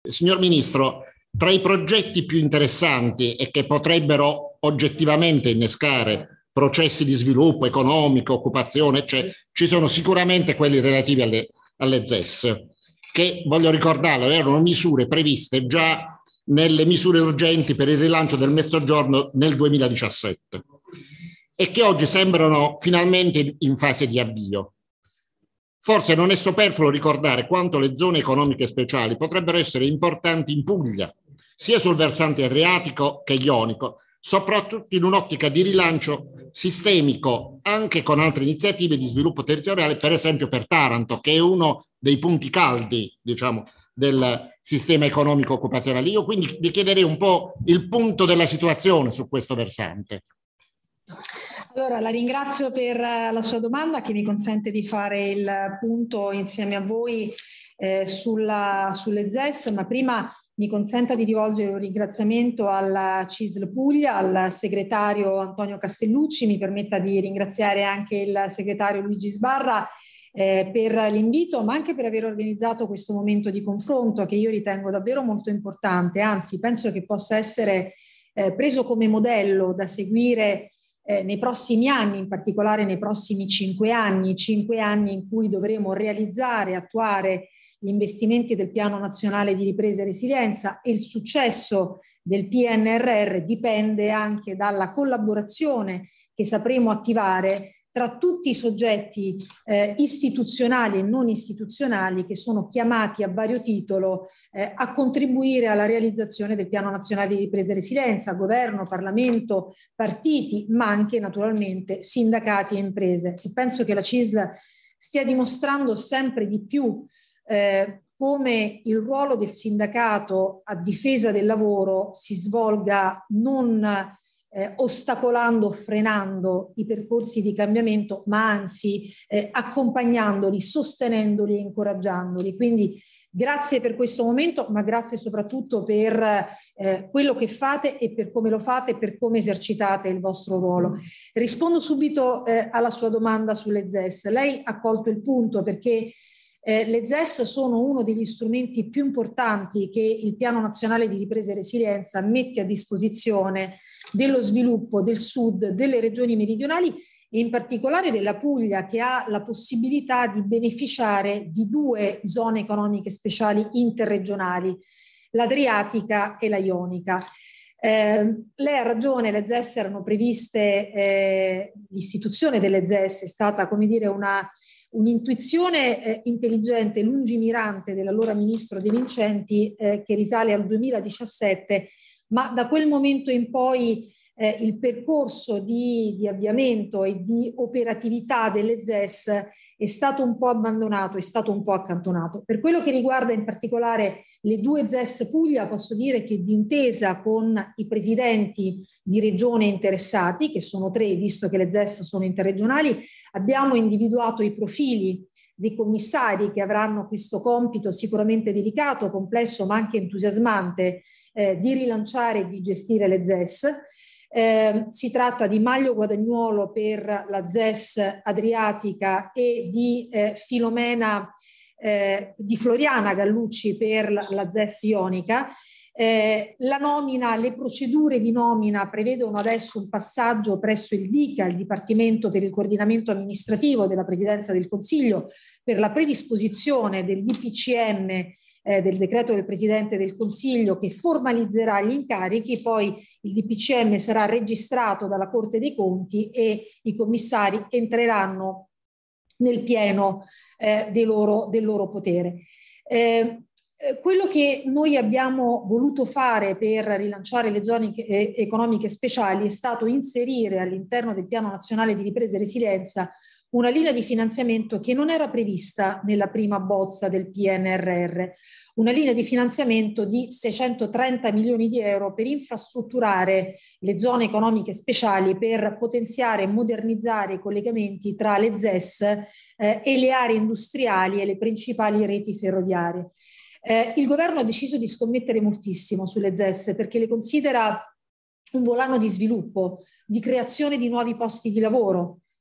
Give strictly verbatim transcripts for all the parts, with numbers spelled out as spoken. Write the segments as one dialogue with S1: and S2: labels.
S1: Signor Ministro, tra i progetti più interessanti e che potrebbero oggettivamente innescare processi di sviluppo economico, occupazione, eccetera, ci sono sicuramente quelli relativi alle, alle Z E S, che, voglio ricordarlo, erano misure previste già nelle misure urgenti per il rilancio del Mezzogiorno nel duemiladiciassette e che oggi sembrano finalmente in fase di avvio. Forse non è superfluo ricordare quanto le zone economiche speciali potrebbero essere importanti in Puglia, sia sul versante adriatico che ionico, soprattutto in un'ottica di rilancio sistemico, anche con altre iniziative di sviluppo territoriale, per esempio per Taranto, che è uno dei punti caldi, diciamo, del sistema economico occupazionale. Io quindi vi chiederei un po' il punto della situazione su questo versante.
S2: Allora, la ringrazio per la sua domanda che mi consente di fare il punto insieme a voi eh, sulla, sulle Z E S, ma prima mi consenta di rivolgere un ringraziamento alla C I S L Puglia, al segretario Antonio Castellucci, mi permetta di ringraziare anche il segretario Luigi Sbarra eh, per l'invito, ma anche per aver organizzato questo momento di confronto che io ritengo davvero molto importante, anzi penso che possa essere eh, preso come modello da seguire Eh, nei prossimi anni, in particolare nei prossimi cinque anni, cinque anni in cui dovremo realizzare e attuare gli investimenti del Piano Nazionale di Ripresa e Resilienza, e il successo del P N R R dipende anche dalla collaborazione che sapremo attivare tra tutti i soggetti eh, istituzionali e non istituzionali che sono chiamati a vario titolo eh, a contribuire alla realizzazione del Piano Nazionale di Ripresa e Resilienza, governo, Parlamento, partiti, ma anche naturalmente sindacati e imprese. E penso che la C I S L stia dimostrando sempre di più eh, come il ruolo del sindacato a difesa del lavoro si svolga non Eh, ostacolando, frenando i percorsi di cambiamento, ma anzi eh, accompagnandoli, sostenendoli e incoraggiandoli. Quindi grazie per questo momento, ma grazie soprattutto per eh, quello che fate e per come lo fate e per come esercitate il vostro ruolo. Rispondo subito eh, alla sua domanda sulle Z E S. Lei ha colto il punto perché Eh, le Z E S sono uno degli strumenti più importanti che il Piano Nazionale di Ripresa e Resilienza mette a disposizione dello sviluppo del Sud, delle regioni meridionali e in particolare della Puglia, che ha la possibilità di beneficiare di due zone economiche speciali interregionali, l'Adriatica e la Ionica. Eh, lei ha ragione, le Z E S erano previste, eh, l'istituzione delle Z E S è stata, come dire, una un'intuizione eh, intelligente e lungimirante dell'allora ministro De Vincenti eh, che risale al duemiladiciassette, ma da quel momento in poi eh, il percorso di, di avviamento e di operatività delle Z E S è stato un po' abbandonato, è stato un po' accantonato. Per quello che riguarda in particolare le due Z E S Puglia, posso dire che d'intesa con i presidenti di regione interessati, che sono tre, visto che le Z E S sono interregionali, abbiamo individuato i profili dei commissari che avranno questo compito sicuramente delicato, complesso, ma anche entusiasmante eh, di rilanciare e di gestire le Z E S. Eh, si tratta di Maglio Guadagnuolo per la Z E S Adriatica e di eh, Filomena eh, di Floriana Gallucci per la, la Z E S Ionica. Eh, la nomina, le procedure di nomina prevedono adesso un passaggio presso il D I C A, il Dipartimento per il Coordinamento Amministrativo della Presidenza del Consiglio, per la predisposizione del D P C M, eh, del decreto del Presidente del Consiglio che formalizzerà gli incarichi, poi il D P C M sarà registrato dalla Corte dei Conti e i commissari entreranno nel pieno eh, del, loro, del loro potere. Eh, Quello che noi abbiamo voluto fare per rilanciare le zone economiche speciali è stato inserire all'interno del Piano Nazionale di Ripresa e Resilienza una linea di finanziamento che non era prevista nella prima bozza del P N R R, una linea di finanziamento di seicentotrenta milioni di euro per infrastrutturare le zone economiche speciali, per potenziare e modernizzare i collegamenti tra le Z E S eh, e le aree industriali e le principali reti ferroviarie. Eh, il governo ha deciso di scommettere moltissimo sulle Z E S perché le considera un volano di sviluppo, di creazione di nuovi posti di lavoro,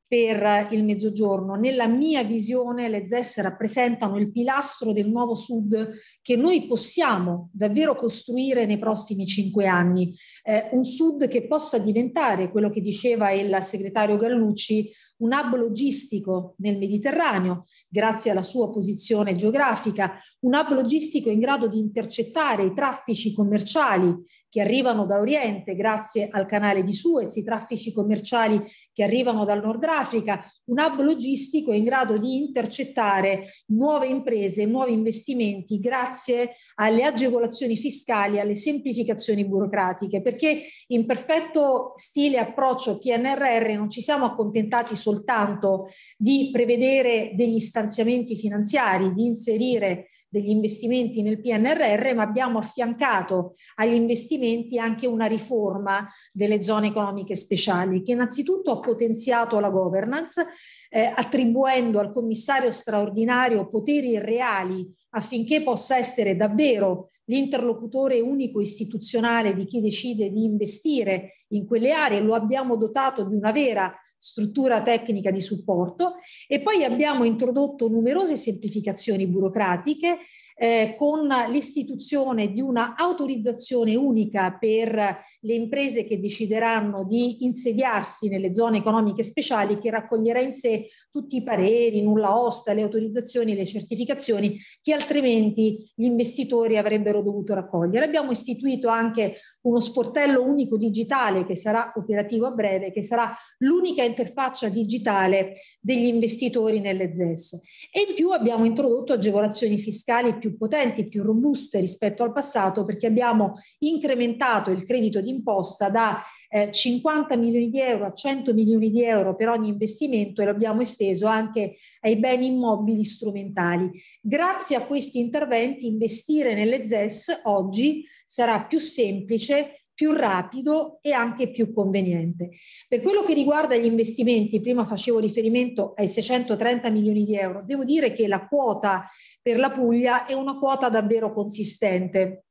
S2: per il Mezzogiorno. Nella mia visione le Z E S rappresentano il pilastro del nuovo Sud che noi possiamo davvero costruire nei prossimi cinque anni. Eh, un Sud che possa diventare, quello che diceva il segretario Gallucci, un hub logistico nel Mediterraneo, grazie alla sua posizione geografica, un hub logistico in grado di intercettare i traffici commerciali che arrivano da Oriente grazie al canale di Suez, i traffici commerciali che arrivano dal Nord Africa, un hub logistico in grado di intercettare nuove imprese, nuovi investimenti grazie alle agevolazioni fiscali, alle semplificazioni burocratiche, perché in perfetto stile approccio P N R R non ci siamo accontentati soltanto di prevedere degli stanziamenti finanziari, di inserire degli investimenti nel P N R R, ma abbiamo affiancato agli investimenti anche una riforma delle zone economiche speciali, che innanzitutto ha potenziato la governance, eh, attribuendo al commissario straordinario poteri reali affinché possa essere davvero l'interlocutore unico istituzionale di chi decide di investire in quelle aree. Lo abbiamo dotato di una vera struttura tecnica di supporto e poi abbiamo introdotto numerose semplificazioni burocratiche eh, con l'istituzione di una autorizzazione unica per le imprese che decideranno di insediarsi nelle zone economiche speciali, che raccoglierà in sé tutti i pareri, nulla osta, le autorizzazioni, le certificazioni che altrimenti gli investitori avrebbero dovuto raccogliere. Abbiamo istituito anche uno sportello unico digitale che sarà operativo a breve, che sarà l'unica interfaccia digitale degli investitori nelle Z E S. E in più abbiamo introdotto agevolazioni fiscali più potenti, più robuste rispetto al passato, perché abbiamo incrementato il credito d'imposta da eh, cinquanta milioni di euro a cento milioni di euro per ogni investimento e lo abbiamo esteso anche ai beni immobili strumentali. Grazie a questi interventi investire nelle Z E S oggi sarà più semplice, più rapido e anche più conveniente. Per quello che riguarda gli investimenti, prima facevo riferimento ai seicentotrenta milioni di euro, devo dire che la quota per la Puglia è una quota davvero consistente.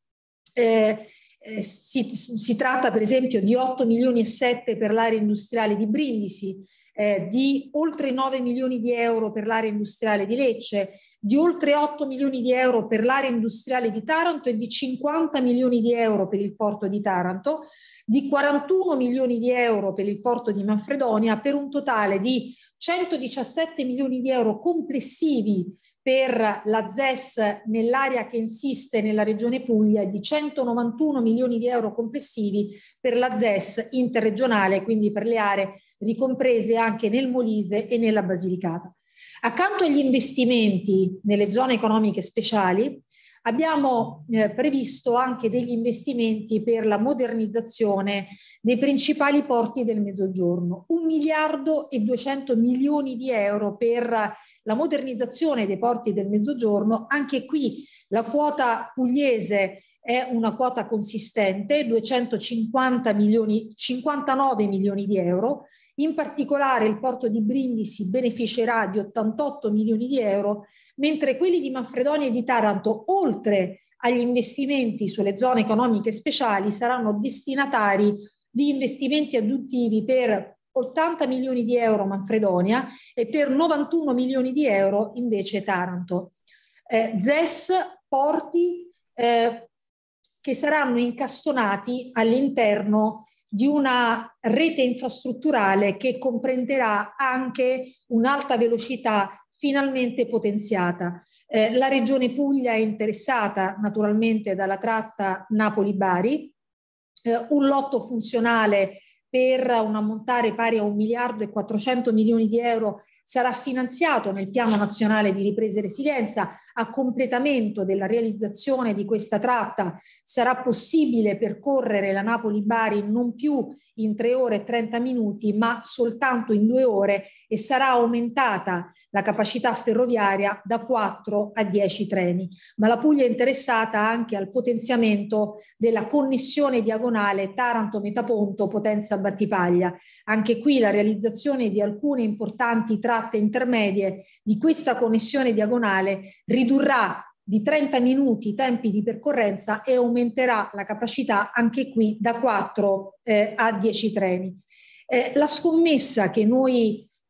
S2: Eh, eh, si, si tratta per esempio di otto milioni e sette per l'area industriale di Brindisi, eh, di oltre nove milioni di euro per l'area industriale di Lecce, di oltre otto milioni di euro per l'area industriale di Taranto e di cinquanta milioni di euro per il porto di Taranto, di quarantuno milioni di euro per il porto di Manfredonia, per un totale di centodiciassette milioni di euro complessivi per la Z E S nell'area che insiste nella regione Puglia e di centonovantuno milioni di euro complessivi per la Z E S interregionale, quindi per le aree ricomprese anche nel Molise e nella Basilicata. Accanto agli investimenti nelle zone economiche speciali abbiamo eh, previsto anche degli investimenti per la modernizzazione dei principali porti del Mezzogiorno, un miliardo e duecento milioni di euro per la modernizzazione dei porti del Mezzogiorno. Anche qui la quota pugliese è una quota consistente, duecentocinquanta milioni, cinquantanove milioni di euro. In particolare il porto di Brindisi beneficerà di ottantotto milioni di euro, mentre quelli di Manfredonia e di Taranto, oltre agli investimenti sulle zone economiche speciali, saranno destinatari di investimenti aggiuntivi per ottanta milioni di euro Manfredonia e per novantuno milioni di euro invece Taranto. Eh, Z E S, porti eh, che saranno incastonati all'interno di una rete infrastrutturale che comprenderà anche un'alta velocità finalmente potenziata. Eh, la Regione Puglia è interessata naturalmente dalla tratta Napoli-Bari, eh, un lotto funzionale per un ammontare pari a un miliardo e quattrocento milioni di euro sarà finanziato nel Piano Nazionale di Ripresa e Resilienza. A completamento della realizzazione di questa tratta sarà possibile percorrere la Napoli-Bari non più in tre ore e trenta minuti, ma soltanto in due ore, e sarà aumentata la capacità ferroviaria da quattro a dieci treni. Ma la Puglia è interessata anche al potenziamento della connessione diagonale Taranto-Metaponto Potenza-Battipaglia. Anche qui la realizzazione di alcune importanti tratte intermedie di questa connessione diagonale ridurrà di trenta minuti i tempi di percorrenza e aumenterà la capacità anche qui da quattro eh, a dieci treni. Eh, la scommessa che noi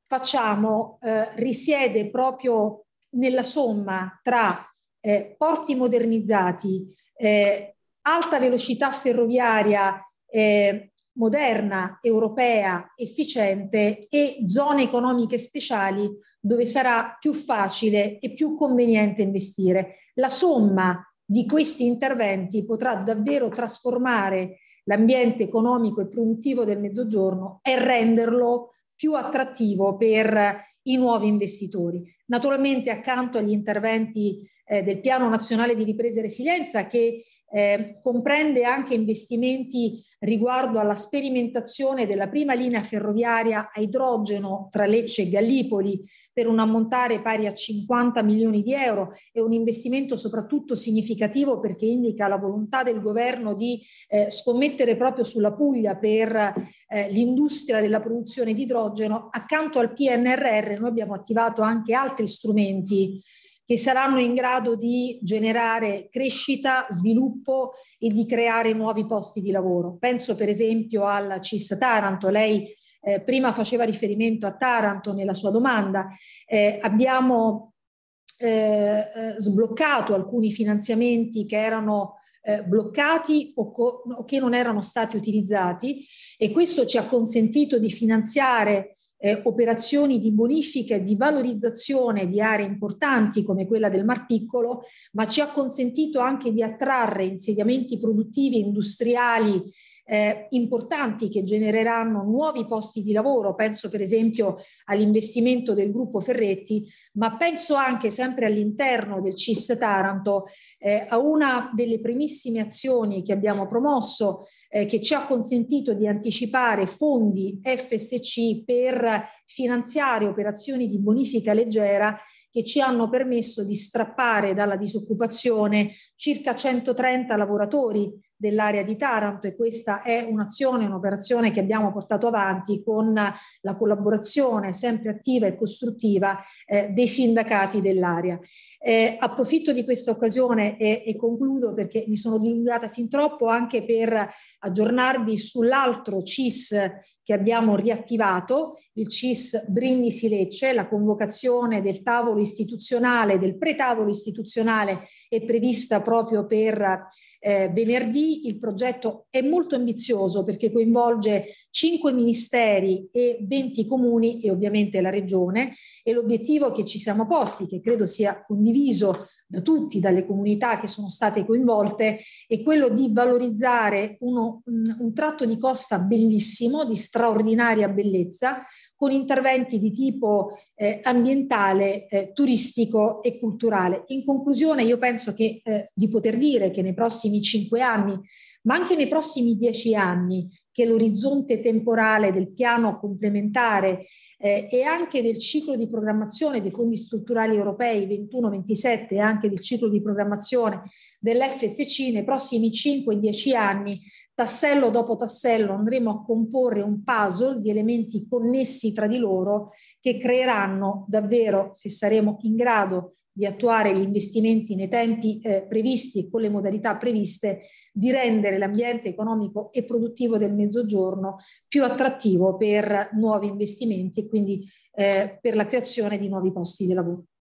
S2: facciamo eh, risiede proprio nella somma tra eh, porti modernizzati, eh, alta velocità ferroviaria eh, moderna, europea, efficiente e zone economiche speciali dove sarà più facile e più conveniente investire. La somma di questi interventi potrà davvero trasformare l'ambiente economico e produttivo del Mezzogiorno e renderlo più attrattivo per i nuovi investitori. Naturalmente, accanto agli interventi eh, del Piano Nazionale di Ripresa e Resilienza, che eh, comprende anche investimenti riguardo alla sperimentazione della prima linea ferroviaria a idrogeno tra Lecce e Gallipoli per un ammontare pari a cinquanta milioni di euro, è un investimento soprattutto significativo perché indica la volontà del governo di eh, scommettere proprio sulla Puglia per eh, l'industria della produzione di idrogeno. Accanto al P N R R noi abbiamo attivato anche altri strumenti che saranno in grado di generare crescita, sviluppo e di creare nuovi posti di lavoro. Penso per esempio al C I S Taranto. Lei eh, prima faceva riferimento a Taranto nella sua domanda. Eh, abbiamo eh, eh, sbloccato alcuni finanziamenti che erano eh, bloccati o, o che non erano stati utilizzati, e questo ci ha consentito di finanziare Eh, operazioni di bonifica e di valorizzazione di aree importanti come quella del Mar Piccolo, ma ci ha consentito anche di attrarre insediamenti produttivi e industriali eh, importanti che genereranno nuovi posti di lavoro. Penso per esempio all'investimento del gruppo Ferretti, ma penso anche, sempre all'interno del C I S Taranto, eh, a una delle primissime azioni che abbiamo promosso, eh, che ci ha consentito di anticipare fondi F S C per finanziare operazioni di bonifica leggera che ci hanno permesso di strappare dalla disoccupazione circa centotrenta lavoratori dell'area di Taranto, e questa è un'azione, un'operazione che abbiamo portato avanti con la collaborazione sempre attiva e costruttiva eh, dei sindacati dell'area. Eh, approfitto di questa occasione e, e concludo, perché mi sono dilungata fin troppo, anche per aggiornarvi sull'altro C I S che abbiamo riattivato, il C I S Brindisi Lecce. La convocazione del tavolo istituzionale, del pre-tavolo istituzionale, è prevista proprio per eh, venerdì. Il progetto è molto ambizioso perché coinvolge cinque ministeri e venti comuni e ovviamente la regione, e l'obiettivo che ci siamo posti, che credo sia condiviso da tutti, dalle comunità che sono state coinvolte, è quello di valorizzare uno, un, un tratto di costa bellissimo, di straordinaria bellezza, con interventi di tipo eh, ambientale, eh, turistico e culturale. In conclusione, io penso che eh, di poter dire che nei prossimi cinque anni, ma anche nei prossimi dieci anni, che l'orizzonte temporale del piano complementare eh, e anche del ciclo di programmazione dei fondi strutturali europei ventuno ventisette e anche del ciclo di programmazione dell'F S C, nei prossimi cinque dieci anni, tassello dopo tassello, andremo a comporre un puzzle di elementi connessi tra di loro che creeranno davvero, se saremo in grado di attuare gli investimenti nei tempi eh, previsti e con le modalità previste, di rendere l'ambiente economico e produttivo del Mezzogiorno più attrattivo per nuovi investimenti e quindi eh, per la creazione di nuovi posti di lavoro.